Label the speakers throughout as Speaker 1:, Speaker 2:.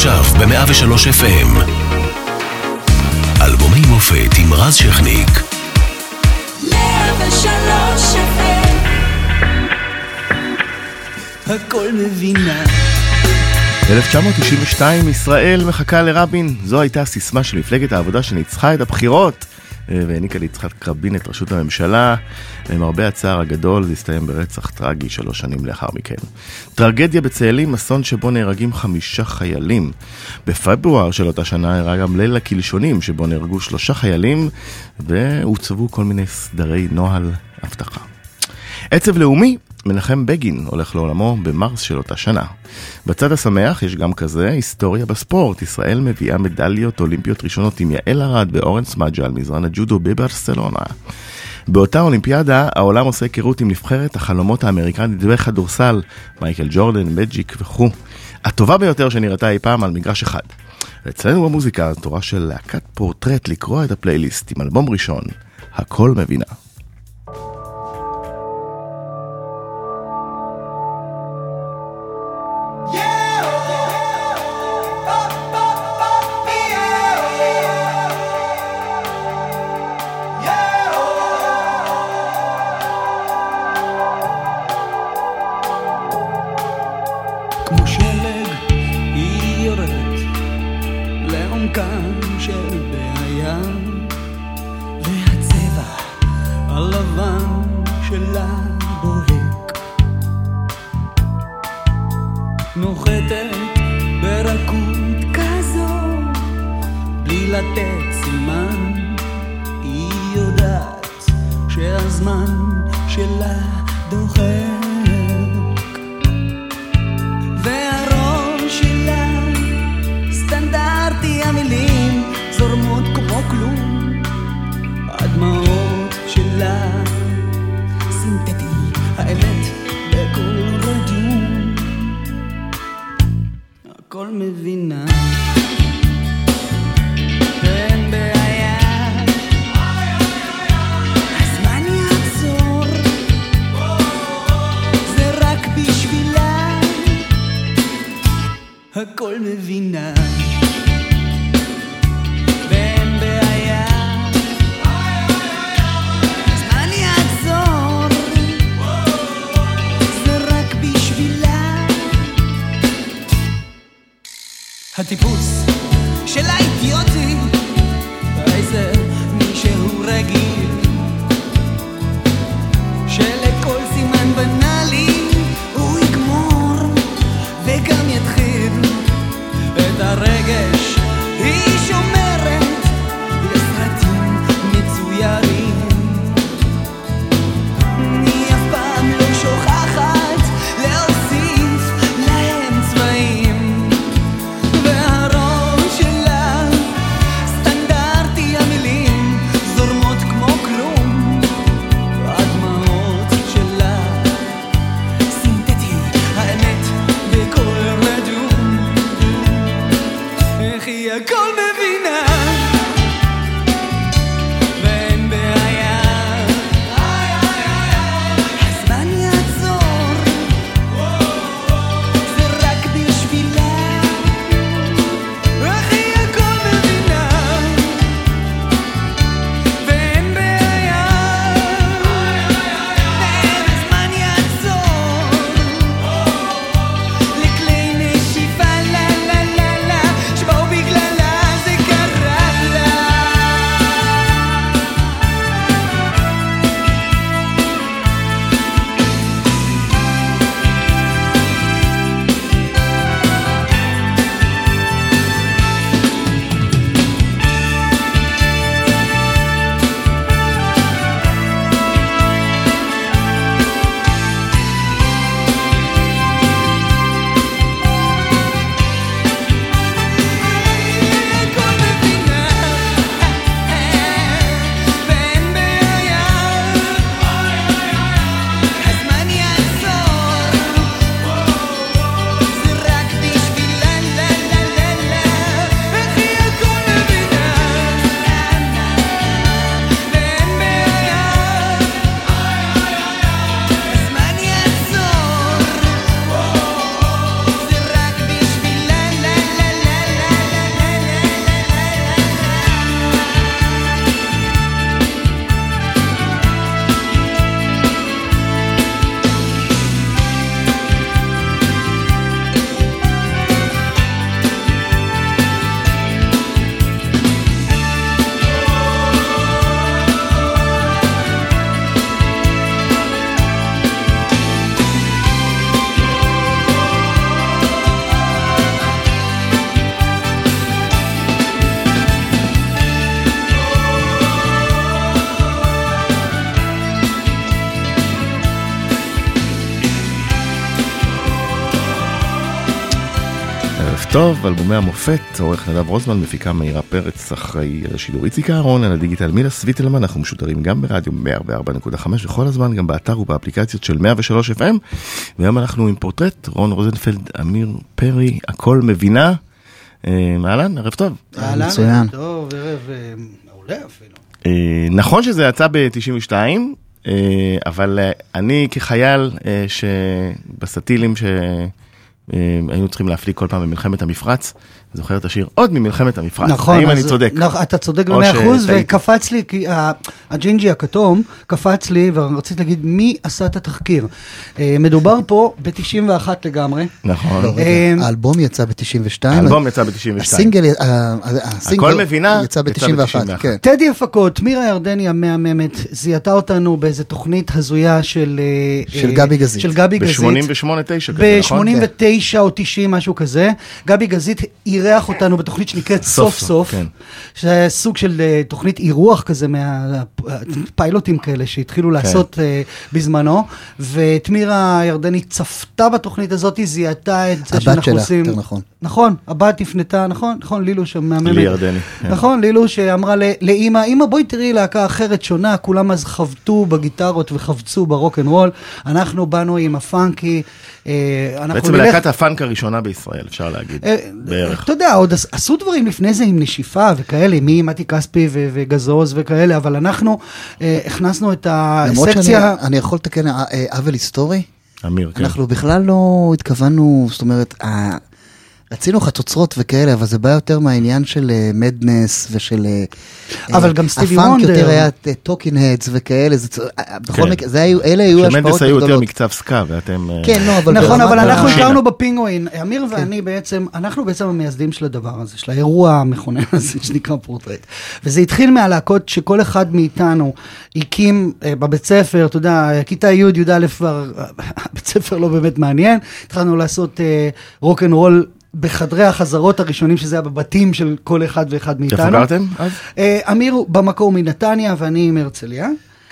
Speaker 1: עכשיו ב-103 FM. אלבומי מופת עם רז שכניק.
Speaker 2: 103 FM. הכל מבינה.
Speaker 3: 1992, ישראל מחכה לרבין. זו הייתה הסיסמה של מפלגת העבודה שניצחה את הבחירות והעניקה ליצחק רבין את ראשות הממשלה. למרבה הצער הגדול, זה הסתיים ברצח טרגי 3 שנים לאחר מכן. טרגדיה בצאלים, אסון שבו נהרגים 5 חיילים. בפברואר של אותה שנה הראה גם ליל הקלשונים, שבו נהרגו 3 חיילים והוצבו כל מיני סדרי נוהל אבטחה. עצב לאומי, מנחם בגין הולך לעולמו במרס של אותה שנה. בצד השמח יש גם כזה, היסטוריה בספורט. ישראל מביאה מדליות אולימפיות ראשונות עם יעל ארד ואורן סמאג'ה על מזרן הג'ודו בברסלונה. באותה אולימפיאדה העולם עושה היכרות עם נבחרת החלומות האמריקנית בכדורסל, מייקל ג'ורדן, מג'יק וכו'. הטובה ביותר שנראתה אי פעם על מגרש אחד. אצלנו במוזיקה התורה של להקת פורטרט לקרוא את הפלייליסט עם אלבום ראשון, הכל מבינה.
Speaker 2: הכל מבינה. הטיפוס של האידיוטי, איזה מישהו רגיל, שלכל סימן בנאלי הוא יגמור וגם יתחיל. את הרגש היא שומרת לסרטים מצוירים. אני אף פעם לא שוכחת להוסיף להם צבעים, והראש שלה סטנדרטי, המילים זורמות כמו כלום. הדמעות שלה סינתטי, האמת בכל רדום. איך היא הכל מבינה.
Speaker 3: טוב, אלבומי המופת, עורך נדב רוזמן, מפיקה מאירה פרץ, אחראי על השידור איציק אהרון, על הדיגיטל מילה סוויטלמן, אנחנו משודרים גם ברדיו 104.5 וכל הזמן גם באתר ובאפליקציות של 103 FM, והיום אנחנו עם פורטרט, רון רוזנפלד, אמיר פרי, הכל מבינה, אהלן, ערב טוב.
Speaker 4: אהלן, ערב טוב, ערב מעולה אפילו.
Speaker 3: נכון שזה יצא ב-92, אבל אני כחייל שבסטילים היינו צריכים להפליג כל פעם במלחמת המפרץ, זוכר את השיר עוד ממלחמת המפרץ.
Speaker 4: נכון.
Speaker 3: האם אני צודק?
Speaker 4: אתה צודק ב100%, וקפץ לי, כי הג'ינג'י הכתום קפץ לי, ורציתי להגיד מי עשה את התחקיר. מדובר פה ב-91 לגמרי.
Speaker 3: נכון.
Speaker 5: האלבום יצא ב-92.
Speaker 3: האלבום יצא ב-92.
Speaker 5: הסינגל
Speaker 3: הכל מבינה
Speaker 5: יצא ב-91.
Speaker 3: טדי
Speaker 4: הפקות, מירה ירדני המהממת, זיהתה אותנו באיזו תוכנית הזויה של
Speaker 5: גבי גזית.
Speaker 3: ב-88-9 כזה, נכון?
Speaker 4: ב-89 או 90, משהו כזה. גבי גזית אירח אותנו בתוכנית שנקראת סוף סוף, שזה סוג של תוכנית אירוח כזה מהפיילוטים כאלה שהתחילו לעשות בזמנו, ותמירה ירדני צפתה בתוכנית הזאת, זיהתה את זה שאנחנו עושים.
Speaker 5: הבת שלה, נכון.
Speaker 4: נכון, הבת הפנתה, נכון, לילו שמאמנת.
Speaker 3: לי ירדני.
Speaker 4: נכון, לילו שאמרה לאמא, אמא בואי תראי להקה אחרת שונה, כולם אז חבטו בגיטרות וחבצו ברוק'נ'רול, אנחנו באנו עם הפאנקי,
Speaker 3: בעצם להקת הפאנק הראשונה בישראל, אפשר להגיד, בערך.
Speaker 4: אתה יודע, עוד עשו דברים לפני זה עם נשיפה וכאלה, מתי כספי וגזוז וכאלה, אבל אנחנו הכנסנו את הסקציה.
Speaker 5: למרות שאני יכול לתקן עוול היסטורי,
Speaker 3: אמיר, כן.
Speaker 5: אנחנו בכלל לא התכוונו, זאת אומרת, רצינו חצוצרות וכאלה, אבל זה בא יותר מהעניין של מדנס ושל...
Speaker 4: אבל גם סטיבי
Speaker 5: וונדר. הפאנק יותר היה
Speaker 4: טוקינג
Speaker 5: הדס וכאלה, בכל מקרה, אלה היו השפעות
Speaker 3: שמדנס היו יותר מקצב סקה, ואתם...
Speaker 5: כן, לא, אבל...
Speaker 4: נכון, אבל אנחנו הכרנו בפינגווין, אמיר ואני בעצם, אנחנו בעצם המייסדים של הדבר הזה, של האירוע המכונן הזה, שנקרא פורטרט. וזה התחיל מהלהקות שכל אחד מאיתנו הקים בבית ספר, אתה יודע, כיתה י' י' כבר, בית ספר לא באמת מעניין, התחלנו לעשות רוק'נ'רול, בחדרי החזרות הראשונים, שזה היה בבתים של כל אחד ואחד מאיתנו.
Speaker 3: איפה גרתם אז?
Speaker 4: אמיר במקור מנתניה, ואני מהרצליה.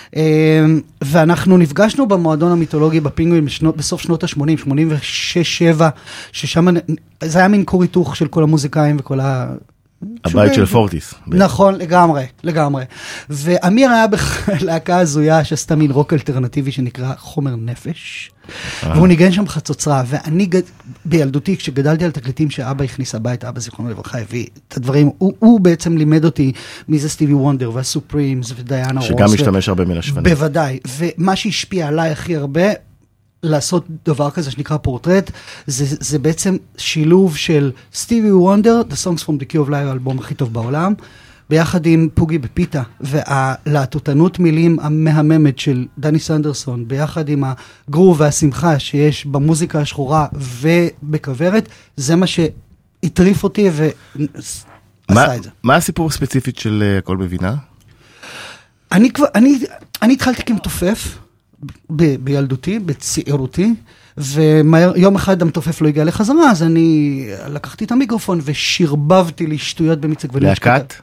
Speaker 4: ואנחנו נפגשנו במועדון המיתולוגי בפינגווין בסוף שנות ה-80, 86-7, ששם זה היה מין כור היתוך של כל המוזיקאים וכל
Speaker 3: הבית של פורטיס.
Speaker 4: נכון, לגמרי. ואמיר היה בלהקה הזויה שעשתה מין רוק אלטרנטיבי שנקרא חומר נפש, והוא ניגן שם חצוצרה, ואני בילדותי, כשגדלתי על תקליטים שאבא הכניס הבית, אבא זיכרונו לברכה הביא את הדברים, הוא בעצם לימד אותי מי זה סטיבי וונדר והסופרימס ודיאנה רוס.
Speaker 3: שגם משתמש הרבה מן השפנים.
Speaker 4: בוודאי, ומה שהשפיע עליי הכי הרבה, לעשות דבר כזה שנקרא פורטרט, זה בעצם שילוב של סטיבי וונדר, The Songs from the Key of Life, האלבום הכי טוב בעולם, ביחד עם פוגי בפיתה, והלהטוטנות מילים המהממת של דני סנדרסון, ביחד עם הגרוב והשמחה שיש במוזיקה השחורה ובכוורת, זה מה שהטריף אותי ועשה את זה.
Speaker 3: מה הסיפור הספציפית של הכל מבינה?
Speaker 4: אני התחלתי כמתופף, בילדותי, בצעירותי, ויום אחד המתופף לא הגיע לחזרה, אז אני לקחתי את המיקרופון ושרבבתי לי שטויות במצק
Speaker 3: להקת?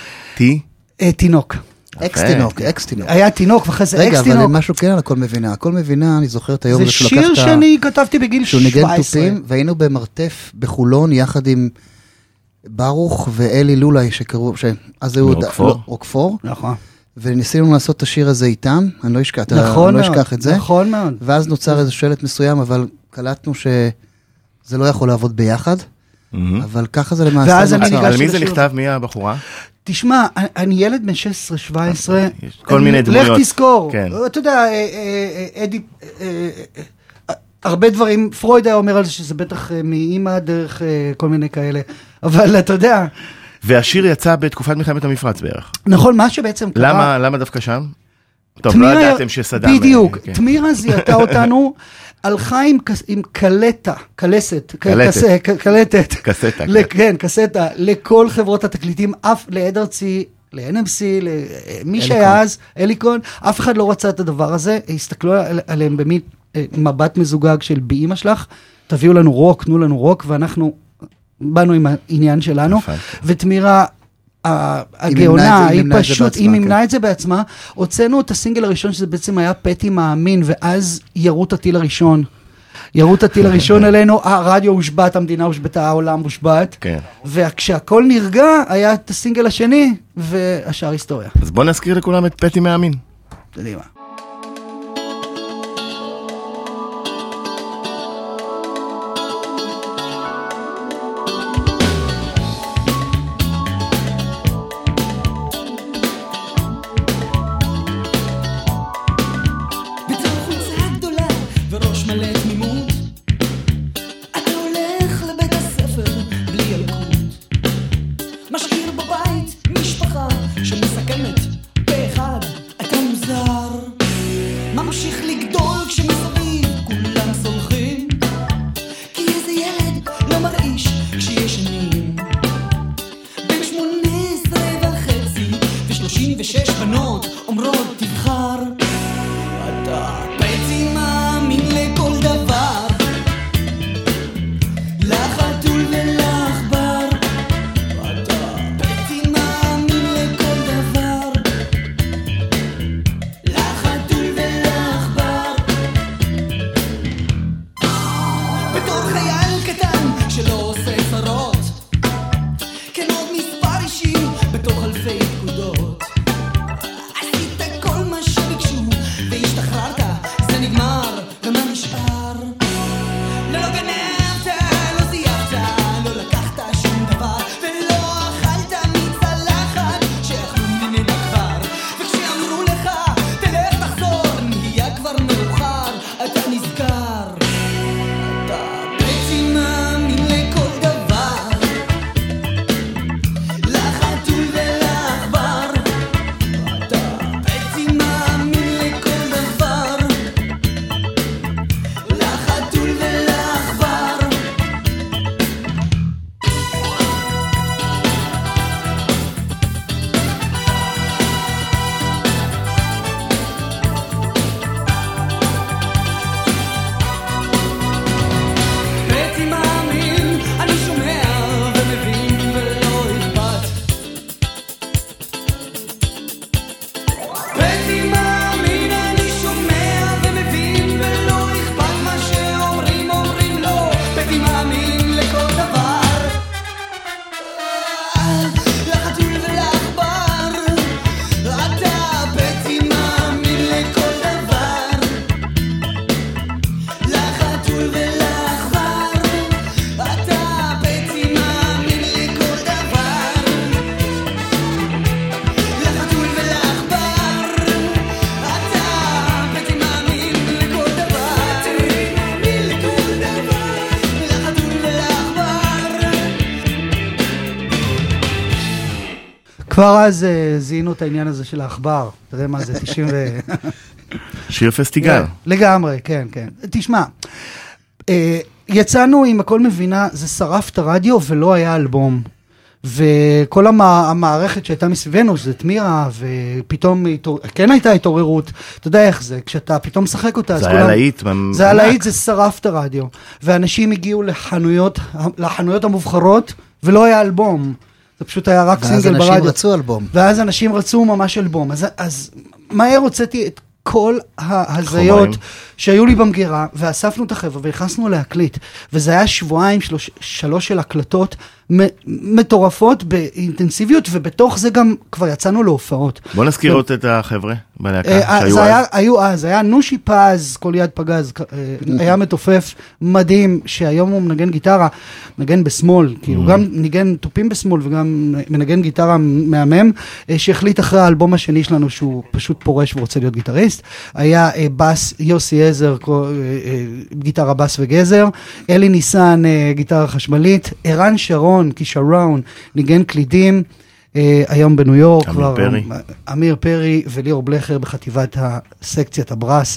Speaker 4: תינוק.
Speaker 5: אקס-תינוק.
Speaker 4: היה תינוק ואחרי זה אקס-תינוק.
Speaker 5: רגע, אבל משהו כן על הכל מבינה. הכל מבינה, אני זוכר את היום
Speaker 4: זה שיר שאני כתבתי בגיל 17.
Speaker 5: שהוא ניגן תופים, והיינו במרתף בחולון יחד עם ברוך ואלי לולאי שקראו, אז הוא רוקפור.
Speaker 4: נכון.
Speaker 5: וניסינו לעשות את השיר הזה איתם, אני לא אשכח את זה.
Speaker 4: נכון מאוד.
Speaker 5: ואז נוצר איזה שלט מסוים, אבל קלטנו שזה לא יכול לעבוד ביחד, אבל ככה זה למעשה.
Speaker 3: על מי זה נכתב? מי הבחורה?
Speaker 4: תשמע, אני ילד בן 16-17.
Speaker 3: כל מיני דמויות.
Speaker 4: לך תזכור. אתה יודע, הרבה דברים, פרויד היה אומר על זה שזה בטח מאמא דרך כל מיני כאלה, אבל אתה יודע...
Speaker 3: והשיר יצא בתקופת מלחמת המפרץ בערך.
Speaker 4: נכון, מה שבעצם קרה...
Speaker 3: למה דווקא שם? טוב, לא ידעתם שסדם...
Speaker 4: בדיוק, תמירה זיהתה אותנו, הלכה עם קלטת, קסטה, לכל חברות התקליטים, אף לעד ארצי, ל-NMC, למי שהיה אז, אליקון, אף אחד לא רצה את הדבר הזה, הסתכלו עליהם במין מבט מזוגג של באמא שלך, תביאו לנו רוק, תנו לנו רוק, ואנחנו... באנו עם העניין שלנו, ותמירה הגאונה, היא פשוט, היא מימנה את זה בעצמה, הוצאנו את הסינגל הראשון, שזה בעצם היה פטי מאמין, ואז ירו את הטיל הראשון, ירו את הטיל הראשון עלינו, הרדיו הושבת, המדינה הושבתה, העולם הושבת.
Speaker 3: כן.
Speaker 4: וכשהכל נרגע, היה את הסינגל השני, והשאר היסטוריה.
Speaker 3: אז בוא נזכיר לכולם את פטי מאמין.
Speaker 4: תדעי מה. כבר אז זיהינו את העניין הזה של האחבר, תראה מה זה, 90 ו...
Speaker 3: שיר פסטיגל.
Speaker 4: לגמרי, כן, כן. תשמע, יצאנו עם הכל מבינה, זה שרף את הרדיו ולא היה אלבום. וכל המערכת שהייתה מסביבנו, שזה תמירה, ופתאום כן הייתה התעוררות, אתה יודע איך זה, כשאתה פתאום משחק אותה,
Speaker 3: זה היה להיט.
Speaker 4: זה היה להיט, זה שרף את הרדיו. ואנשים הגיעו לחנויות המובחרות, ולא היה אלבום. זה פשוט היה רק סינגל ברדיו.
Speaker 5: ואז אנשים רצו אלבום.
Speaker 4: ואז אנשים רצו ממש אלבום. אז מהר הוצאתי את כל ההזיות שהיו לי במגירה, ואספנו את החבר'ה והכנסנו להקליט. וזה היה שבועיים, שלוש של הקלטות מטורפות באינטנסיביות, ובתוך זה גם כבר יצאנו להופעות.
Speaker 3: בוא נזכיר עוד את החבר'ה בלהקה שהיו אז.
Speaker 4: זה היה נושי פז, כל יד פגז, היה מתופף מדהים, שהיום הוא מנגן גיטרה, מנגן בשמאל, כאילו גם ניגן טופים בשמאל, וגם מנגן גיטרה מהמם, שהחליט אחרי האלבום השני שלנו, שהוא פשוט פורש ורוצה להיות גיטריסט. היה בס, יוסי עזר, גיטרה בס וגזר, אלי ניסן, גיטרה חשמלית, ערן שרון, כישרון, ניגן קלידים, היום בניו יורק, אמיר פרי וליאור בלכר בחטיבת הסקציית הברס,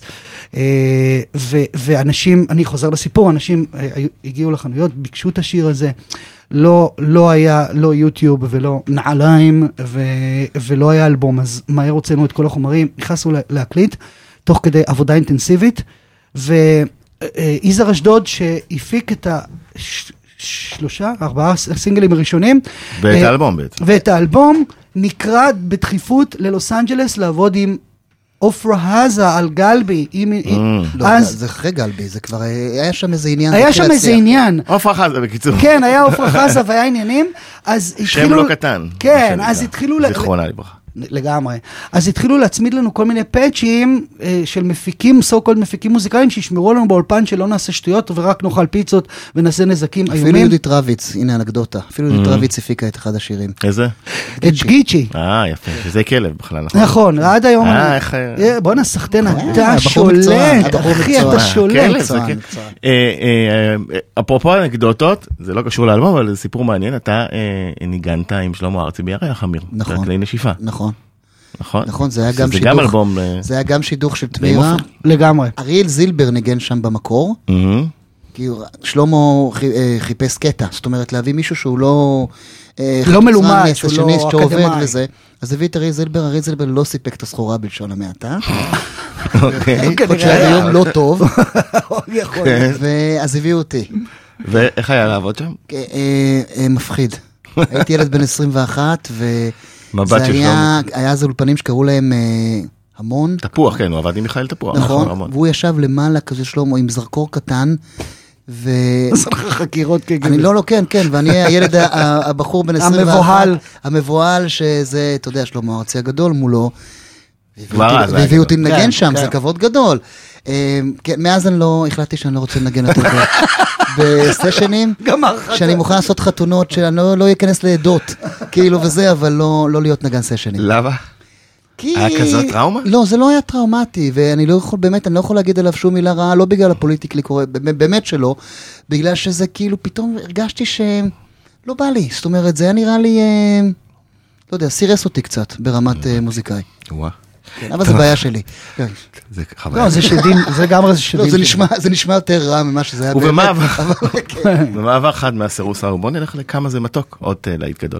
Speaker 4: ואנשים, אני חוזר לסיפור, אנשים הגיעו לחנויות, ביקשו את השיר הזה, לא היה, לא יוטיוב ולא נעליים, ולא היה אלבום, אז מהר הוצאנו את כל החומרים, נכנסנו להקליט, תוך כדי עבודה אינטנסיבית, ואיזר אשדוד שהפיק את 4 סינגלים הראשונים.
Speaker 3: ואת האלבום בעצם.
Speaker 4: ואת האלבום נקרא בדחיפות ללוס אנג'לס לעבוד עם עופרה הזה על גלבי.
Speaker 5: לא, זה אחרי גלבי, זה כבר היה שם איזה עניין.
Speaker 4: היה שם איזה עניין.
Speaker 3: עופרה חזה בקיצור.
Speaker 4: כן, היה עופרה חזה והיה עניינים.
Speaker 3: שם לא קטן.
Speaker 4: כן, אז התחילו...
Speaker 3: זיכרונה לברכה.
Speaker 4: לגמרי. אז התחילו להצמיד לנו כל מיני פאצ'ים של מפיקים, סו-קולד מפיקים מוזיקליים, שישמרו לנו באולפן שלא נעשה שטויות ורק נאכל פיצות ונעשה נזקים איומים.
Speaker 5: אפילו יהודית רביץ, הנה אנקדוטה, אפילו יהודית רביץ הפיקה את אחד השירים.
Speaker 3: איזה?
Speaker 4: את גיצ'י.
Speaker 3: יפה, שזה כלב בכלל, נכון?
Speaker 4: נכון, עד היום... בוא נסחתן, אתה שולט, אחי, אתה שולט.
Speaker 3: אפרופו אנקדוטות, זה לא קשור לאלבום, אבל זה סיפור מעניין, אתה ניגנת עם שלמה ארצי בירח אמיר, בכלי נשיפה.
Speaker 5: נכון.
Speaker 3: נכון,
Speaker 5: זה היה גם שידוך.
Speaker 3: גם אלבום...
Speaker 5: זה היה גם שידוך של תמירה.
Speaker 4: לגמרי.
Speaker 5: אריאל זילבר ניגן שם במקור. כי שלמה חיפש קטע. זאת אומרת, להביא מישהו שהוא לא
Speaker 4: מלומד, שהוא לא אקדמאי.
Speaker 5: אז הביא את אריאל זילבר לא סיפק את הסחורה בלשון המעטה.
Speaker 3: אוקיי.
Speaker 5: עוד שעד היום לא טוב. אז הביאו אותי.
Speaker 3: ואיך היה לעבוד שם?
Speaker 5: מפחיד. הייתי ילד בן 21, זה היה אז אולפנים שקראו להם המון.
Speaker 3: תפוח, כן, הוא עבד עם מיכאל תפוח.
Speaker 5: נכון, והוא ישב למעלה כזה שלמה עם זרקור קטן.
Speaker 4: עשה לך חקירות כגבי.
Speaker 5: אני לא, כן, ואני הילד, הבחור בן 21. המבוהל, שזה, אתה יודע, שלמה ארצי הגדול מולו. והביאו אותי לנגן שם, זה כבוד גדול. מאז אני לא, החלטתי שאני לא רוצה לנגן יותר בסשנים, שאני מוכן לעשות חתונות, שאני לא אכנס לעדות, כאילו וזה, אבל לא להיות נגן סשנים.
Speaker 3: למה? היה כזאת טראומה?
Speaker 5: לא, זה לא היה טראומטי, ואני לא יכול, באמת, אני לא יכול להגיד עליו שום מילה רעה, לא בגלל הפוליטיקלי קורא, באמת שלא, בגלל שזה כאילו, פתאום הרגשתי שלא בא לי, זאת אומרת, זה היה נראה לי, לא יודע, סירס אותי קצת, ברמת מוזיקאי.
Speaker 3: וואו.
Speaker 5: אבל זה בעיה שלי.
Speaker 3: זה חוויה.
Speaker 4: לא, זה שדים, זה גם שדים.
Speaker 5: זה נשמע יותר רע ממה שזה היה
Speaker 3: באמת. ובמעבר חד מהסירוס ההוא, בוא נלך לכמה זה מתוק, עוד להיט גדול.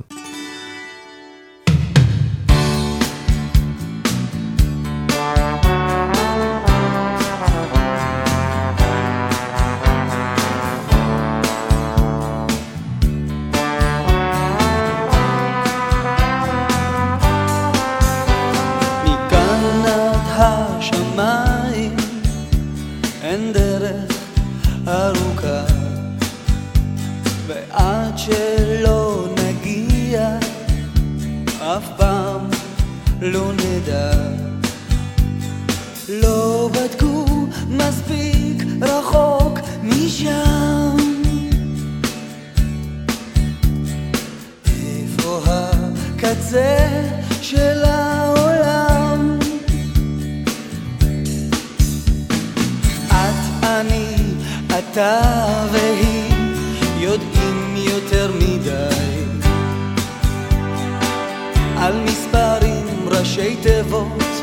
Speaker 2: לא נדע, לא בדקו מספיק רחוק משם. איפה הקצה של העולם? את, אני, אתה והיא יודעים יותר מדי על מספרים, ראשי תיבות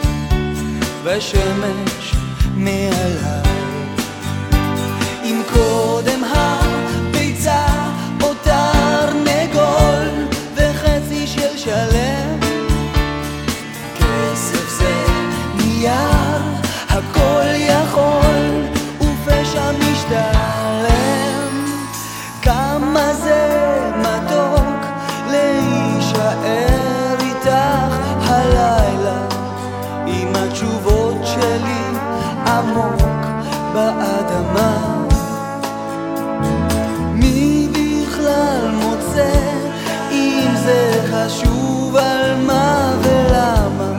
Speaker 2: ושמש מעליי. אם קודם הביצה או תרנגול וחצי של שלם, כסף זה נייר, הכל יכול ופשע משתלם. כמה זה מתוק להישאר איתך הלילה, עם התשובות שלי עמוק באדמה. מי בכלל מוצא אם זה חשוב על מה ולמה?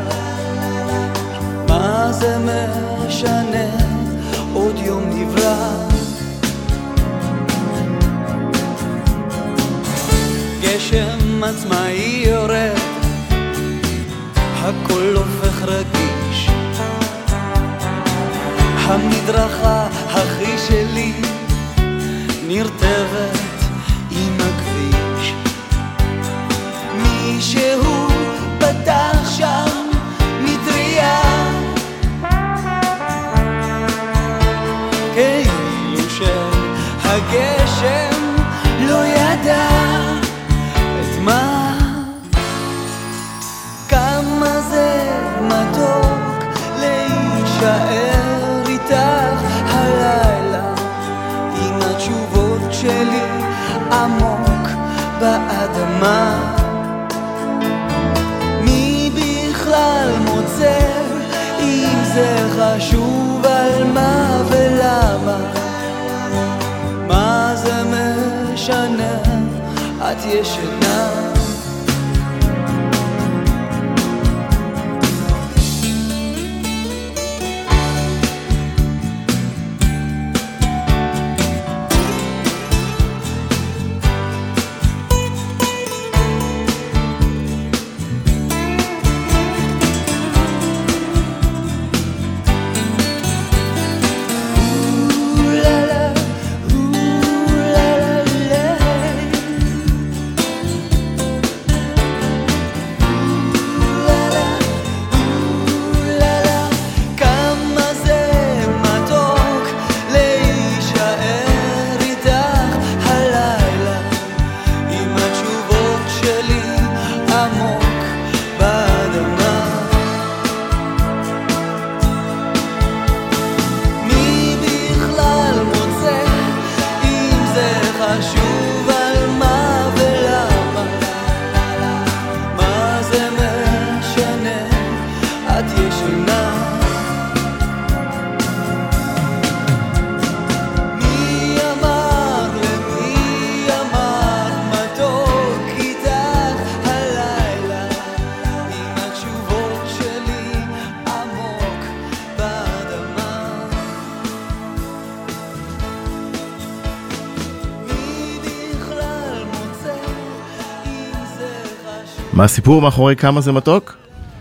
Speaker 2: מה זה משנה, עוד יום נברא. גשם עצמאי יורד, הכל הופך רגיש, המדרכה הכי שלי נרטבת עם הכביש. מישהו פתח שם מטריה, כאילו שהגשם לא ידע את מה. כמה זה מתוק להישאר איתך הלילה, עם התשובות שלי את ישנה.
Speaker 3: מה הסיפור מאחורי כמה זה מתוק?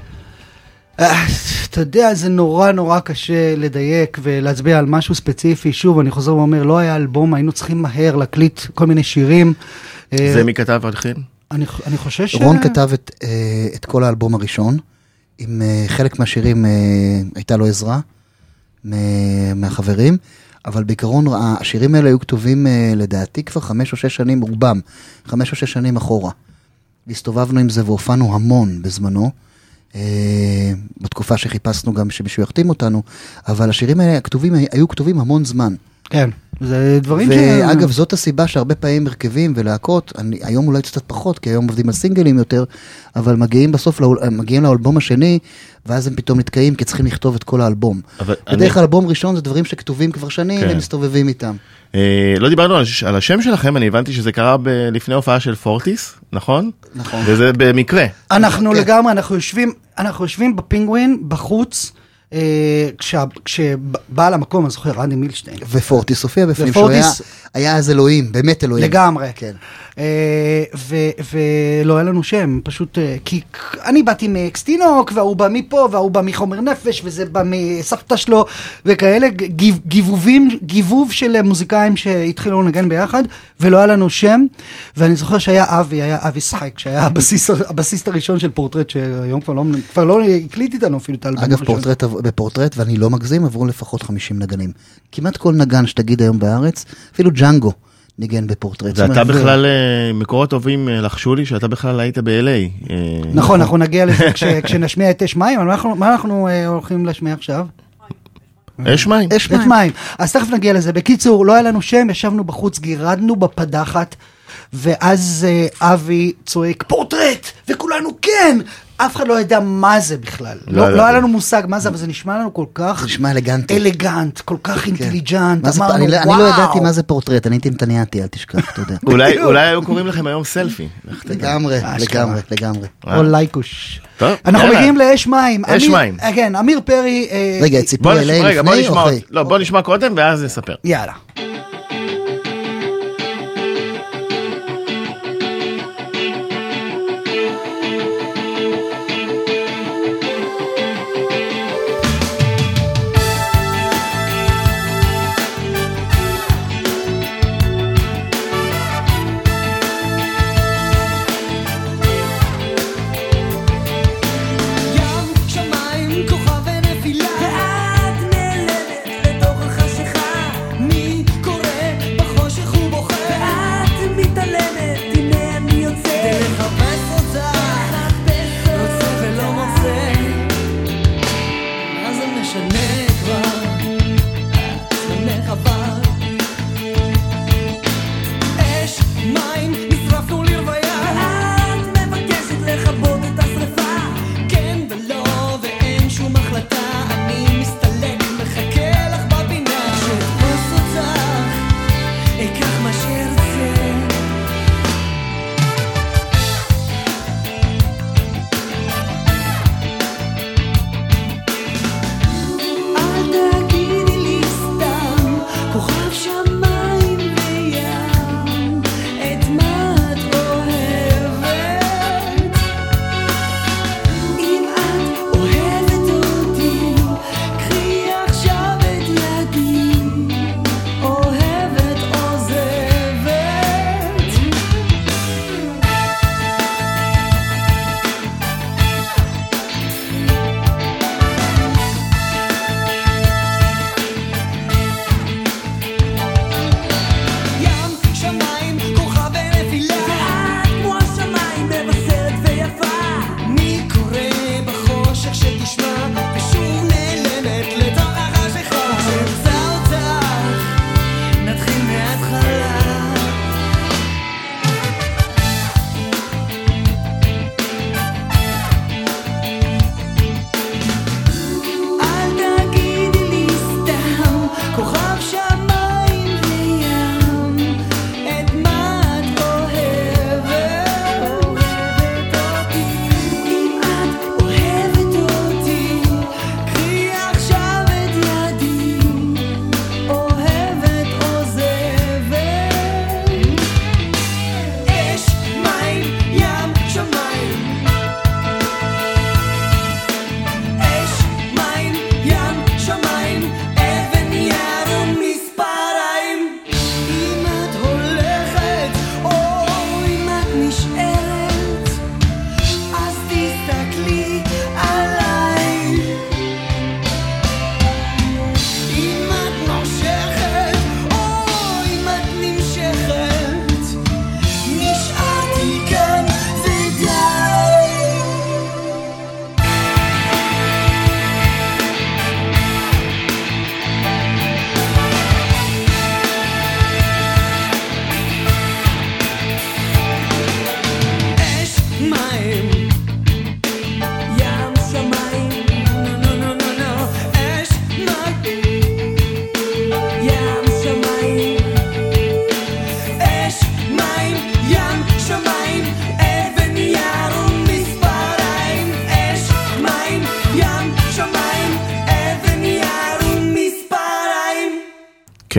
Speaker 4: אתה יודע, זה נורא קשה לדייק ולהצביע על משהו ספציפי. שוב, אני חוזר ואומר, לא היה אלבום, היינו צריכים מהר להקליט כל מיני שירים.
Speaker 3: זה מי כתב עליכם?
Speaker 4: אני חושב
Speaker 5: רון כתב את כל האלבום הראשון, עם חלק מהשירים הייתה לו עזרה מהחברים, אבל בעיקרון השירים האלה היו כתובים לדעתי כבר 5 או 6 שנים, רובם, 5 או 6 שנים אחורה. והסתובבנו עם זה והופענו המון בזמנו, בתקופה שחיפשנו גם שמישהו יחתים אותנו, אבל השירים האלה היו כתובים המון זמן.
Speaker 4: כן, זה דברים
Speaker 5: ואגב, זאת הסיבה שהרבה פעמים הרכבים ולהקות, היום אולי קצת פחות, כי היום עובדים על סינגלים יותר, אבל מגיעים לאלבום השני, ואז הם פתאום נתקעים, כי צריכים לכתוב את כל האלבום. בדרך כלל אלבום ראשון זה דברים שכתובים כבר שנים, והם מסתובבים איתם.
Speaker 3: לא דיברנו על השם שלכם, אני הבנתי שזה קרה לפני הופעה של פורטיס, נכון?
Speaker 5: נכון.
Speaker 3: וזה במקרה.
Speaker 4: אנחנו לגמרי, אנחנו יושבים בפינגווין, בחוץ, כשבעל המקום, אני זוכר, רני מילשטיין.
Speaker 5: ופורטיס הופיע בפנים, שהוא היה אז אלוהים, באמת אלוהים.
Speaker 4: לגמרי. כן. ולא היה לנו שם, פשוט, כי אני באתי מאקסטינוק, והוא בא מפה, והוא בא מחומר נפש, וזה בא מסבתא שלו, וכאלה, גיבוב של מוזיקאים שהתחילו לנגן ביחד, ולא היה לנו שם, ואני זוכר שהיה אבי שחק, שהיה הבסיסט הראשון של פורטרט, שהיום כבר לא הקליט איתנו אפילו את האלבום הראשון.
Speaker 5: אגב, בפורטרט, ואני לא מגזים, עברו לפחות 50 נגנים. כמעט כל נגן שתגיד היום בארץ, אפילו ג'אנגו, ניגן בפורטרט.
Speaker 3: ואתה בכלל, מקורות טובים לחשו לי שאתה בכלל היית ב-LA.
Speaker 4: נכון, אנחנו נגיע לזה כשנשמיע את אש מים, מה אנחנו הולכים להשמיע עכשיו?
Speaker 3: אש מים.
Speaker 4: אש מים. אז תכף נגיע לזה. בקיצור, לא היה לנו שם, ישבנו בחוץ, גירדנו בפדחת, ואז אבי צועק, פורטרט! וכולנו כן! אף אחד לא ידע מה זה בכלל. לא היה לנו מושג מה זה, אבל זה נשמע לנו כל כך...
Speaker 5: זה נשמע אלגנטי.
Speaker 4: אלגנט, כל כך אינטליג'נט.
Speaker 5: אמרנו, וואו. אני לא ידעתי מה זה פורטרט, אני טינטניאתי, אל תשכח, אתה יודע.
Speaker 3: אולי היו קוראים לכם היום סלפי.
Speaker 5: לגמרי.
Speaker 4: או לייקוש. אנחנו מגיעים לאש מים.
Speaker 3: אש מים.
Speaker 4: כן, אמיר פרי...
Speaker 5: רגע, את סיפור אליי לפני או אחרי?
Speaker 3: לא, בוא נשמע קודם ואז נספר.
Speaker 4: יאללה.
Speaker 2: כוכב ונפילה, ואת נעלמת לתוך החשיכה. מי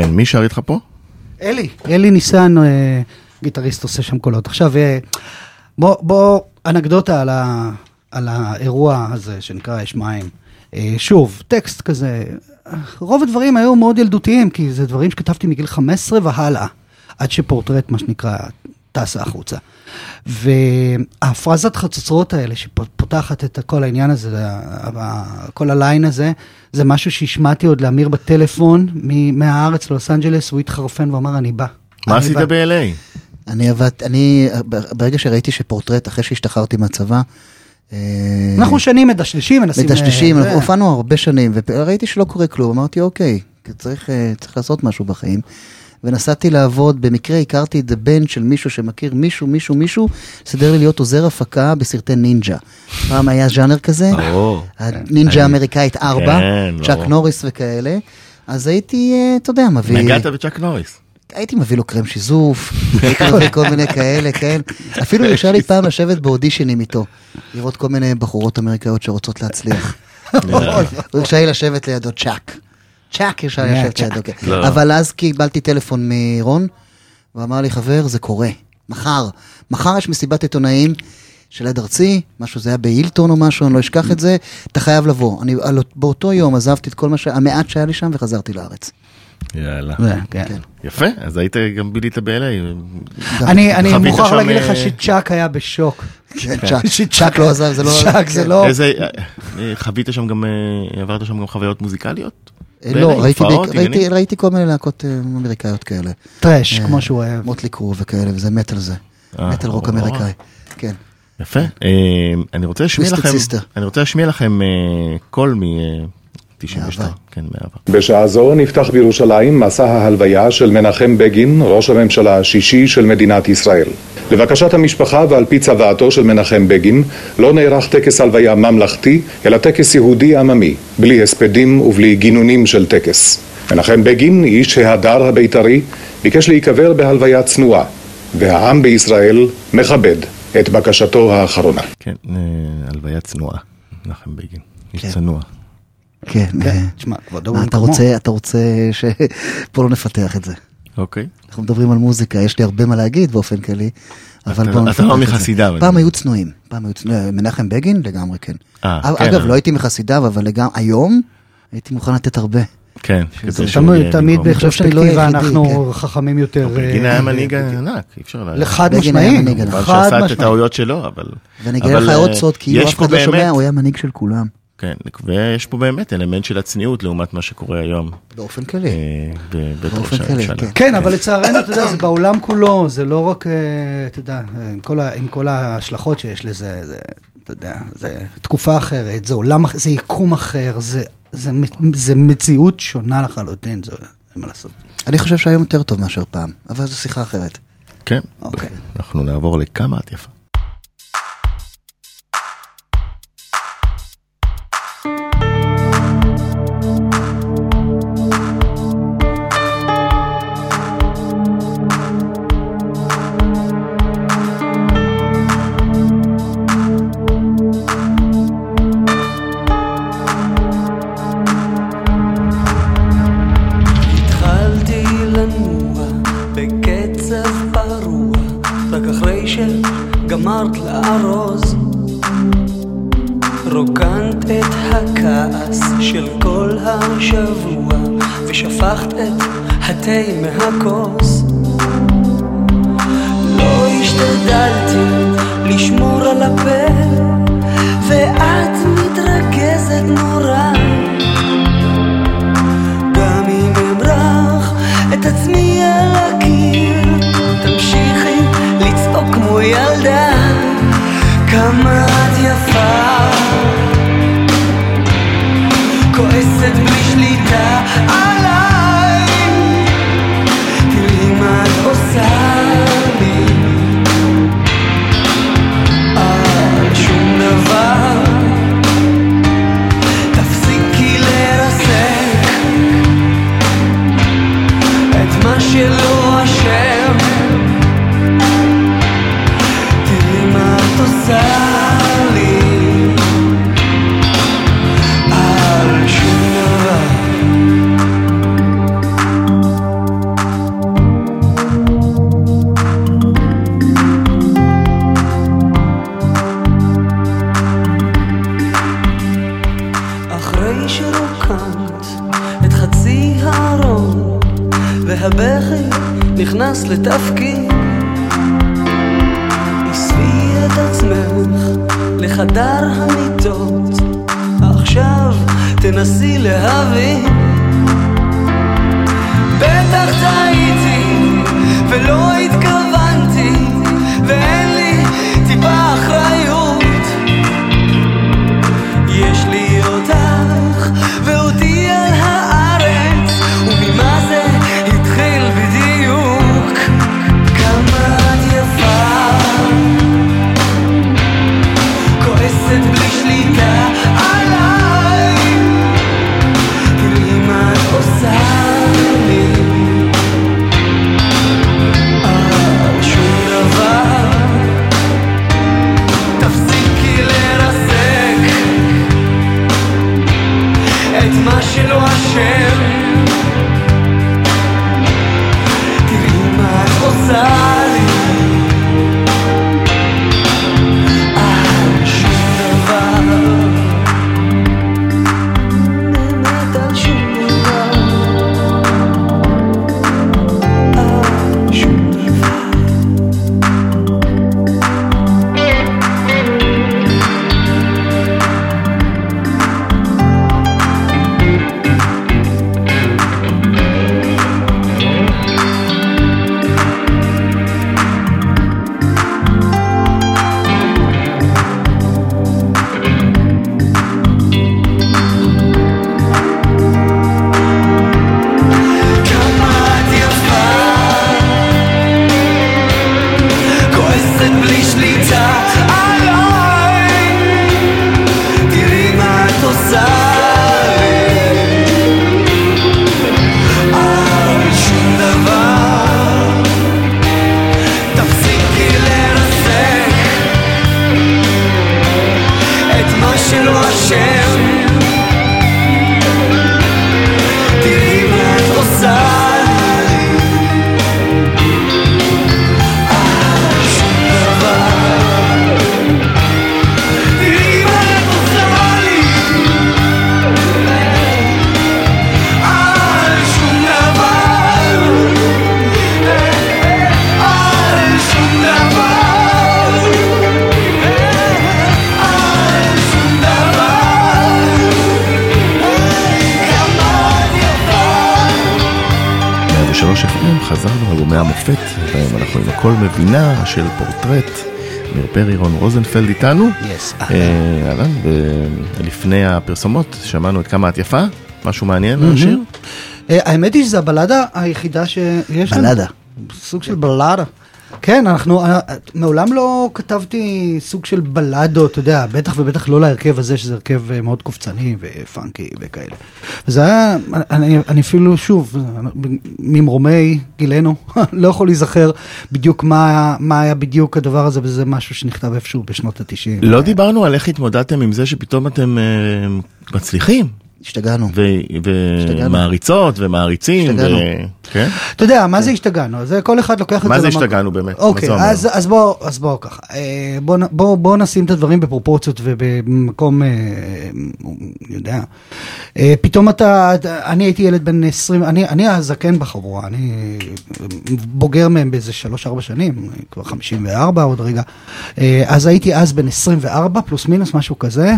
Speaker 3: כן, מי שר איתך פה?
Speaker 4: אלי ניסן, גיטריסט עושה שם קולות. עכשיו, בוא אנקדוטה על האירוע הזה שנקרא יש מים. שוב, טקסט כזה, רוב הדברים היו מאוד ילדותיים, כי זה דברים שכתבתי מגיל 15 והלאה, עד שפורטרט, מה שנקרא, טסה החוצה. והפרזת חצוצרות האלה, שפותחת את כל העניין הזה, כל הליין הזה, זה משהו שהשמעתי עוד להמיר בטלפון, מהארץ ללוס אנג'לס, הוא התחרפן ואמר, אני בא.
Speaker 3: מה עשית ב-LA?
Speaker 5: ברגע שראיתי שפורטרט, אחרי שהשתחררתי מהצבא,
Speaker 4: אנחנו שנים מדשדשים,
Speaker 5: מדשדשים, הופענו הרבה שנים, וראיתי שלא קורה כלום, אמרתי, אוקיי, צריך לעשות משהו בחיים, ונסעתי לעבוד, במקרה הכרתי את הבן של מישהו שמכיר מישהו, סדר לי להיות עוזר הפקה בסרטי נינג'ה. פעם היה ז'אנר כזה, הנינג'ה האמריקאית 4, צ'אק נוריס וכאלה, אז הייתי, אתה יודע, מביא...
Speaker 3: נגעת בצ'אק נוריס.
Speaker 5: הייתי מביא לו קרם שיזוף, הייתי מביא כל מיני כאלה, כן. אפילו ישר לי פעם לשבת באודישנים איתו, לראות כל מיני בחורות אמריקאיות שרוצות להצליח. הוא ישר לי לשבת לידו צ'אק ישר לשבת לידו. אבל אז קיבלתי טלפון מרון, ואמר לי, חבר, זה קורה. מחר יש מסיבת עיתונאים של עד ארצי, משהו זה היה בהילטון או משהו, אני לא אשכח את זה, אתה חייב לבוא. באותו יום עזבתי את כל המעט שהיה לי שם וחזרתי לארץ.
Speaker 3: יאללה. יפה, אז היית גם בילית ב-LA.
Speaker 4: אני מוכרח להגיד לך שצ'אק היה בשוק.
Speaker 5: צ'אק לא עזב, זה לא...
Speaker 4: צ'אק זה לא...
Speaker 3: חווית שם גם, עברת שם גם חוויות מוזיקליות?
Speaker 5: לא, ראיתי כל מיני להקות אמריקאיות כאלה.
Speaker 4: טרש, כמו שהוא אוהב.
Speaker 5: מוטלי קרו וכאלה, וזה מטל זה. מטל רוק אמריקאי. כן.
Speaker 3: יפה. אני רוצה להשמיע לכם קול מ-92.
Speaker 6: בשעה זו נפתח בירושלים מסע ההלוויה של מנחם בגין, ראש הממשלה השישי של מדינת ישראל. לבקשת המשפחה ועל פי צוואתו של מנחם בגין, לא נערך טקס הלוויה ממלכתי, אלא טקס יהודי עממי, בלי הספדים ובלי גינונים של טקס. מנחם בגין, איש ההדר הבית"רי, ביקש להיקבר בהלוויה צנועה, והעם בישראל מכבד את בקשתו האחרונה.
Speaker 3: כן, הלוויה צנועה, מנחם בגין, איש צנוע.
Speaker 5: כן, תשמע, אתה רוצה שפה לא נפתח את זה.
Speaker 3: אוקיי.
Speaker 5: אנחנו מדברים על מוזיקה, יש לי הרבה מה להגיד באופן כללי, אבל בוא נפתח
Speaker 3: אתה לא מחסידיו.
Speaker 5: פעם היו צנועים, מנחם בגין לגמרי כן. אגב, לא הייתי מחסידיו, אבל היום הייתי מוכן לתת הרבה.
Speaker 3: כן.
Speaker 4: תמיד בפרספקטיבה אנחנו חכמים יותר.
Speaker 3: בגין היה מנהיג ענק, אי אפשר להגיד.
Speaker 4: לחד משמעי.
Speaker 3: שעשה את הטעויות שלו, אבל...
Speaker 5: ואני אגיד לך עוד סוד, כי אף אחד לא שומע, הוא היה מנהיג של כולם.
Speaker 3: כן, ויש פה באמת אלמנט של הצניעות לעומת מה שקורה היום.
Speaker 5: באופן כללי.
Speaker 3: באופן כללי,
Speaker 4: כן, אבל לצערנו, אתה יודע, זה בעולם כולו, זה לא רק, אתה יודע, עם כל ההשלכות שיש לזה, אתה יודע, זה תקופה אחרת, זה עולם, זה יקום אחר, זה מציאות שונה לחלוטין, זה מה לעשות.
Speaker 5: אני חושב שהיום יותר טוב מאשר פעם, אבל זו שיחה אחרת.
Speaker 3: כן, אנחנו נעבור לכמה את יפה.
Speaker 2: גמרת לארוז, רוקנת את הכעס של כל השבוע ושפכת את התה מהכוס. לא השתדלתי לשמור על הפה ואת מתרכזת נורא, גם אם אמרח את עצמי על הקיר תמשיכי לצעוק כמו ילדה. כמה את יפה, כועסת בלי שליטה עליי, תראי מה את עושה לי על שום דבר. תפסיקי לרסק את מה שלא אשם, תראי מה את עושה לי על שום דבר. נכנס לתפקיד, הסבי את עצמך לחדר המיטות, עכשיו תנסי להבין, בטח טעיתי ולא התכוונתי ואין לי טיפה אחריות, יש לי אותך ואותי על הארץ, וממה זה התחיל בדיוק, כמה את יפה, כועסת בלי שליטה עליי, תראי מה את עושה לי, על שום דבר, תפסיקי לרסק את מה שלא אשם, תראי מה את עושה לי, על שום דבר, באמת על שום דבר, על שום דבר.
Speaker 3: חזרנו אלבומי המופת, והיום אנחנו עם הכל מבינה של פורטרט, אמיר פרי, רון רוזנפלד איתנו. אהלן, ולפני הפרסומות שמענו את כמה את יפה, משהו מעניין לשיר?
Speaker 4: האמת היא שזו הבלדה היחידה שיש לנו.
Speaker 5: בלדה.
Speaker 4: סוג של בלדה. כן, מעולם לא כתבתי סוג של בלדות, אתה יודע, בטח ובטח לא להרכב הזה, שזה הרכב מאוד קופצני ופאנקי וכאלה. וזה היה, אני אפילו שוב, ממרומי גילנו, לא יכול להיזכר בדיוק מה היה בדיוק הדבר הזה, וזה משהו שנכתב איפשהו בשנות ה-90.
Speaker 3: לא דיברנו על איך התמודדתם עם זה שפתאום אתם מצליחים.
Speaker 5: השתגענו.
Speaker 3: ומעריצות ומעריצים. כן?
Speaker 4: אתה יודע, מה זה השתגענו? זה כל אחד לוקח את זה.
Speaker 3: מה זה השתגענו באמת?
Speaker 4: אוקיי, אז בואו ככה. בואו נשים את הדברים בפרופורציות ובמקום, יודע. פתאום אני הייתי ילד בן 20, אני הזקן בחבורה, אני בוגר מהם באיזה 3-4 שנים, כבר 54 עוד רגע. אז הייתי אז בן 24, פלוס מינוס, משהו כזה.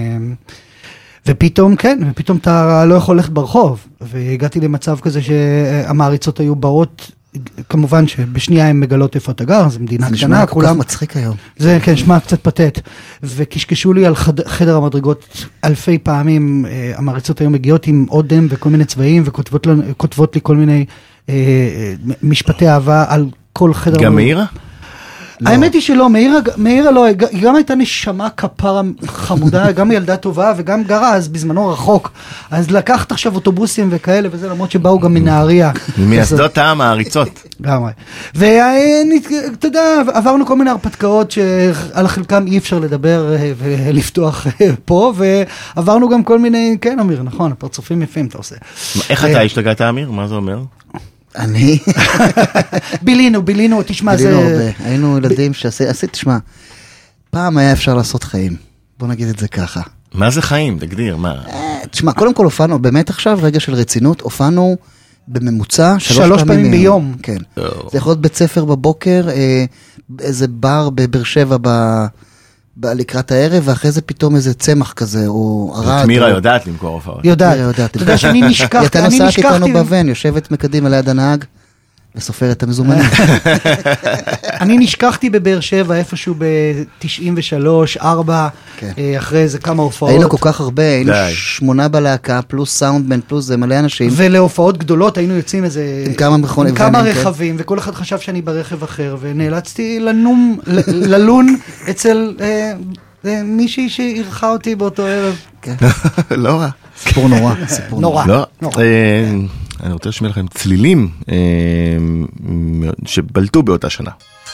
Speaker 4: ופתאום, כן, ופתאום אתה לא יכול ללכת ברחוב, והגעתי למצב כזה שהמעריצות היו באות, כמובן שבשנייה הם מגלות איפה אתה גר, זו מדינה קטנה.
Speaker 5: זה נשמע כל כך מצחיק היום.
Speaker 4: זה, כן, נשמע קצת פתט. וקשקשו לי על חדר המדרגות אלפי פעמים, המעריצות היו מגיעות עם אודם וכל מיני צבעים, וכותבות לי כל מיני משפטי אהבה על כל חדר.
Speaker 3: גם מאירה?
Speaker 4: האמת היא שלא, מאירה לא, היא גם הייתה נשמה כפרה חמודה, גם ילדה טובה וגם גרה אז בזמנו רחוק, אז לקחת עכשיו אוטובוסים וכאלה וזה, למרות שבאו גם מנהריה.
Speaker 3: ממייסדות העם העריצות.
Speaker 4: גם, ואתה יודע, עברנו כל מיני הרפתקאות שעל חלקם אי אפשר לדבר ולפתוח פה, ועברנו גם כל מיני, כן אמיר, נכון, הפרצופים יפים אתה עושה.
Speaker 3: איך אתה השתגעת אמיר? מה זה אומר?
Speaker 5: אני?
Speaker 4: בילינו, תשמע, זה...
Speaker 5: היינו ילדים שעשית, תשמע, פעם היה אפשר לעשות חיים, בוא נגיד את זה ככה.
Speaker 3: מה זה חיים? תגדיר, מה?
Speaker 5: תשמע, קודם כל הופענו, באמת עכשיו, רגע של רצינות, הופענו בממוצע,
Speaker 4: 3 פעמים ביום.
Speaker 5: כן. זה יכול להיות בית ספר בבוקר, איזה בר בבאר שבע לקראת הערב, ואחרי זה פתאום איזה צמח כזה, או ערד.
Speaker 3: מירה יודעת למכור הופעות.
Speaker 4: יודעת. אתה יודע שאני נשכחתי.
Speaker 5: היא הייתה נוסעת איתנו בבן, יושבת מקדימה ליד הנהג, וסופר את המזומנים.
Speaker 4: אני נשכחתי בבאר שבע איפשהו ב-93, 4, אחרי איזה כמה הופעות.
Speaker 5: היינו כל כך הרבה, היינו 8 בלהקה, פלוס סאונדמן, פלוס זה מלא אנשים.
Speaker 4: ולהופעות גדולות היינו יוצאים איזה...
Speaker 5: עם
Speaker 4: כמה רכבים, וכל אחד חשב שאני ברכב אחר, ונאלצתי ללון אצל מישהי שערכה אותי באותו ערב.
Speaker 3: לא רע.
Speaker 5: סיפור נורא.
Speaker 4: נורא.
Speaker 3: אני רוצה לשמוע לכם צלילים שבלטו באותה שנה.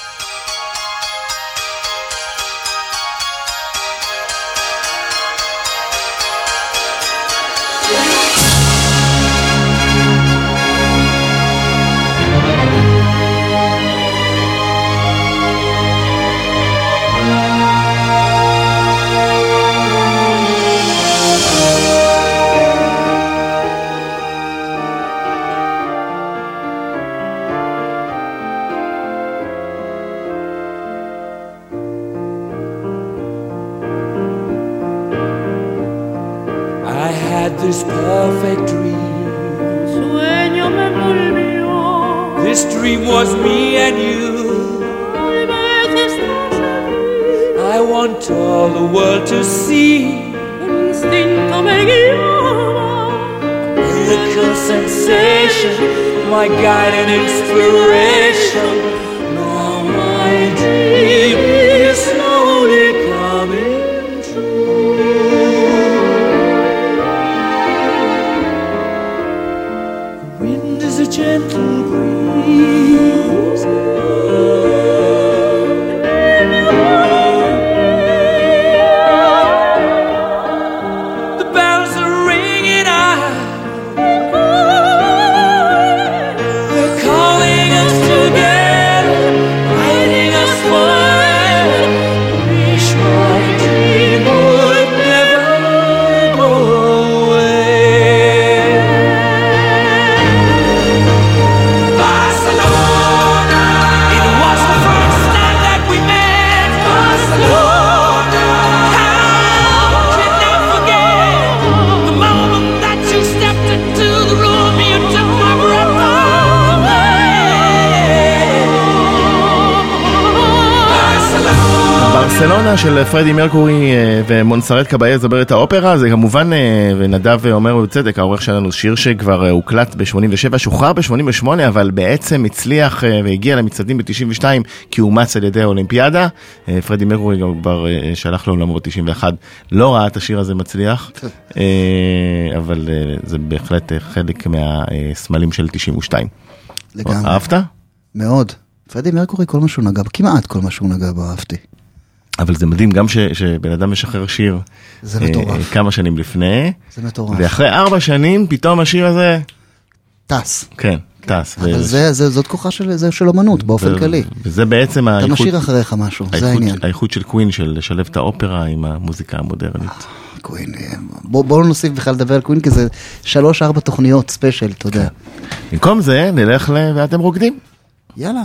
Speaker 2: This perfect dream.
Speaker 7: Sueño me volvió.
Speaker 2: This dream was me and you. I want all the world to see.
Speaker 7: El instinto me guiaba.
Speaker 2: Miracle sensation, my guide and inspiration. Now my dream is slowly coming. Gentle breeze. The bells are ringing out. They're calling us together, guiding us forever. Wish my dream would never go away.
Speaker 3: ברסלונה של פרדי מרקורי ומונסרט קבאי זמרת את האופרה, זה כמובן, ונדב אומר בצדק, העורך שלנו, שיר שכבר הוקלט ב-87, שוחרר ב-88, אבל בעצם הצליח והגיע למצעדים ב-92, כי הוא אומץ על ידי האולימפיאדה. פרדי מרקורי גם כבר שלח לו לעולמו ב-91, לא ראה את השיר הזה מצליח, אבל זה בהחלט חלק מהסמלים של 92.
Speaker 5: לגמרי.
Speaker 3: אהבת?
Speaker 5: מאוד. פרדי מרקורי, כל מה שהוא נגע, כמעט כל מה שהוא נגע באהבתי.
Speaker 3: אבל זה מדהים גם שבן אדם משחרר שיר
Speaker 5: זה מטורף.
Speaker 3: כמה שנים לפני.
Speaker 5: זה מטורף.
Speaker 3: ואחרי 4 שנים פתאום השיר הזה
Speaker 5: טס.
Speaker 3: כן, טס.
Speaker 5: אבל זאת כוחה של אומנות באופן כללי.
Speaker 3: וזה בעצם
Speaker 5: אתה משאיר אחריך משהו, זה העניין.
Speaker 3: האיכות של קווין, של לשלב את האופרה עם המוזיקה המודרנית.
Speaker 5: קווין, בואו נוסיף בכלל לדבר על קווין, כי זה 3-4 תוכניות ספיישל, אתה יודע.
Speaker 3: במקום זה נלך ואתם רוקדים.
Speaker 5: יאללה.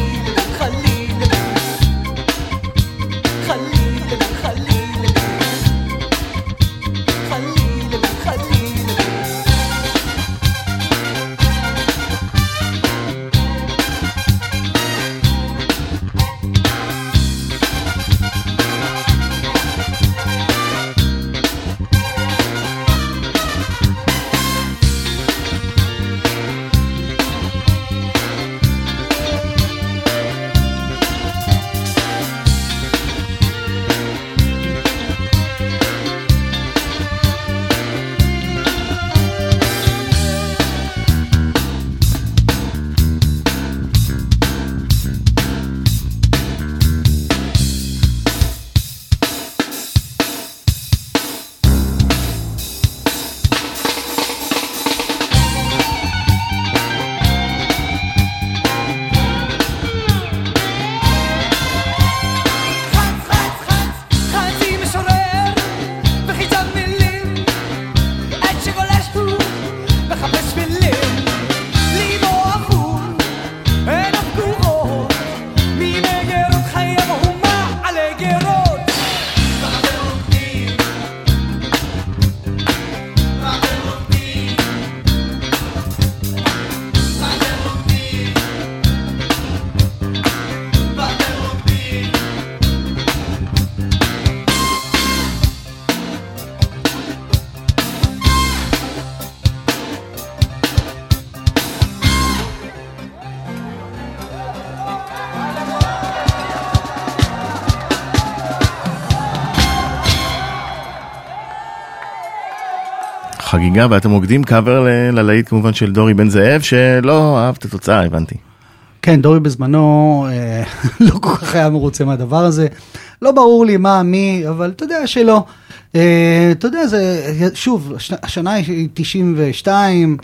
Speaker 3: חגיגה, ואתם מוקדים קאבר ללהיט כמובן של דורי בן זאב, שלא אהב את התוצאה, הבנתי.
Speaker 4: כן, דורי בזמנו לא כל כך היה מרוצה מהדבר הזה. לא ברור לי מה, מי, אבל אתה יודע שלא. אתה יודע, זה, שוב, השנה היא 92,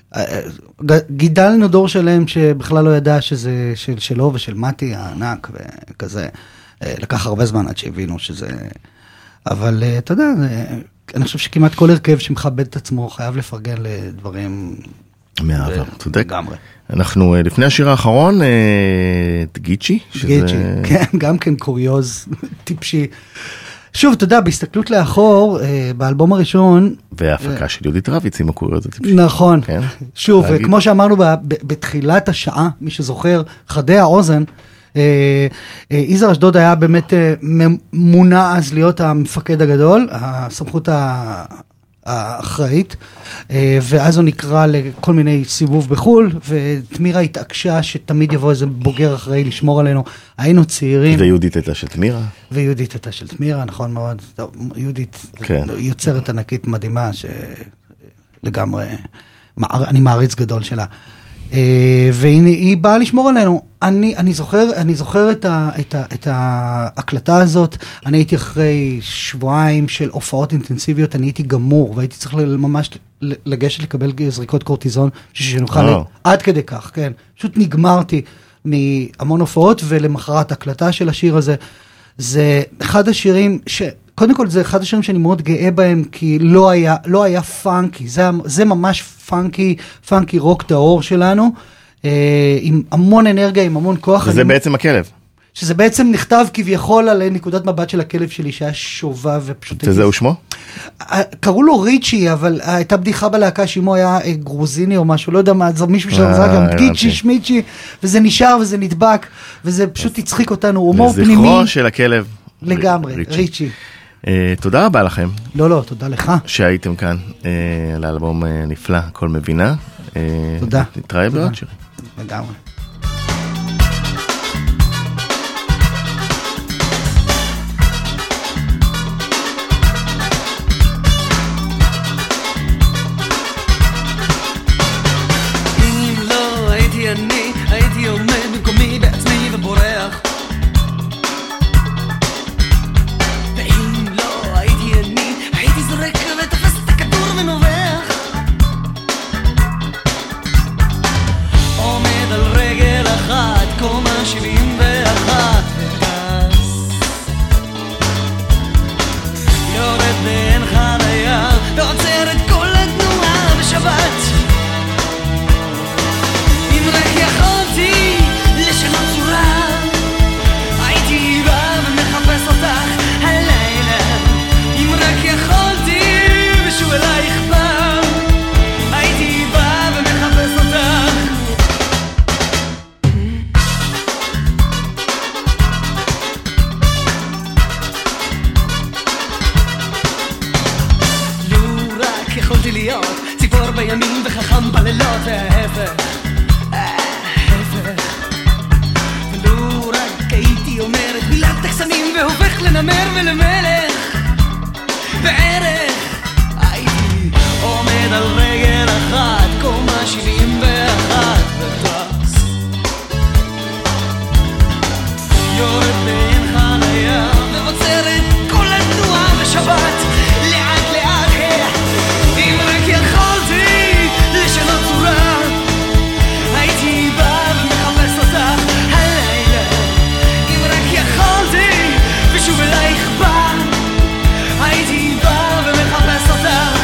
Speaker 4: גידלנו דור שלם שבכלל לא ידע שזה שלו ושל מתי הענק וכזה. לקח הרבה זמן עד שהבינו שזה... אבל אתה יודע, אני חושב שכמעט כל הרכב שמכבד את עצמו חייב לפרגן לדברים...
Speaker 3: מהעבר, צודק. לגמרי. אנחנו לפני השיר האחרון, גיצ'י.
Speaker 4: גיצ'י, כן, גם כן קוריוז טיפשי. שוב, אתה יודע, בהסתכלות לאחור, באלבום הראשון...
Speaker 3: וההפקה של יהודית רביץ עם הקוריוז הטיפשי.
Speaker 4: נכון. שוב, כמו שאמרנו בתחילת השעה, מי שזוכר, חדי האוזן, יזהר אשדוד היה באמת מונה אז להיות המפקד הגדול, הסמכות האחראית, ואז הוא נקרא לכל מיני סיבוב בחול, ותמירה התעקשה שתמיד יבוא איזה בוגר אחראי לשמור עלינו. היינו צעירים.
Speaker 3: ויהודית הייתה של תמירה.
Speaker 4: ויהודית הייתה של תמירה, נכון מאוד. יהודית יוצרת ענקית מדהימה, שלגמרי, אני מעריץ גדול שלה. והיא באה לשמור עלינו. אני זוכר את ההקלטה הזאת. אני הייתי אחרי שבועיים של הופעות אינטנסיביות, אני הייתי גמור, והייתי צריך ממש לגשת לקבל זריקות קורטיזון, שנוכל עד כדי כך, כן. פשוט נגמרתי מהמון הופעות, ולמחרת הקלטה של השיר הזה, זה אחד השירים קודם כל זה אחד השירים שאני מאוד גאה בהם, כי לא היה פאנקי, זה ממש פאנקי רוק טהור שלנו, עם המון אנרגיה, עם המון כוח.
Speaker 3: וזה בעצם הכלב.
Speaker 4: שזה בעצם נכתב כביכול על נקודת מבט של הכלב שלי, שהיה שובב ופשוט...
Speaker 3: שזהו שמו?
Speaker 4: קראו לו ריצ'י, אבל הייתה בדיחה בלהקה שאמו היה גרוזיני או משהו, לא יודע מה, זה מישהו שרזק גם גיצ'י, שמיצ'י, וזה נשאר וזה נדבק, וזה פשוט הצחיק אותנו, הומור פנימי.
Speaker 3: לזכרו של הכלב.
Speaker 4: לגמרי, ריצ'י.
Speaker 3: תודה רבה לכם.
Speaker 4: לא, תודה לך.
Speaker 3: שהייתם כאן על האלבום נפלא, כל מבינה.
Speaker 4: תודה.
Speaker 3: נתראה בעוד שירים.
Speaker 4: לגמרי.
Speaker 2: לשנות צורה לנמר ולמלך בערך הייתי עומד על רגל אחת קומה 71 וטס יורד בין חניה ובוצרת כל התנועה בשבת לאט לאט אם רק יכולתי לשנות צורה הייתי בא ומחפש אותך הלילה אם רק יכולתי ושוב אלייך בא הייתי בא ומחפש אותך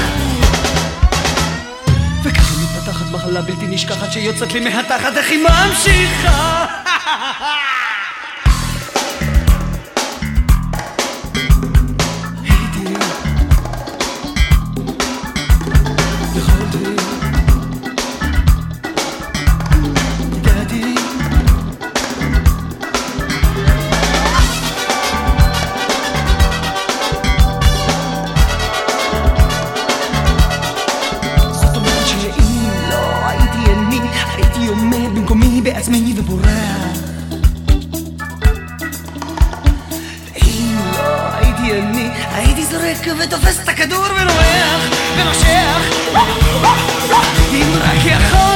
Speaker 2: וככה מתפתחת מחלה בלתי נשכחת שיוצאת לי מהתחת איך היא ממשיכה בעצמי ובורח אם לא הייתי אני הייתי זורק ותופס את הכדור ונועח ומשך אם רק יכול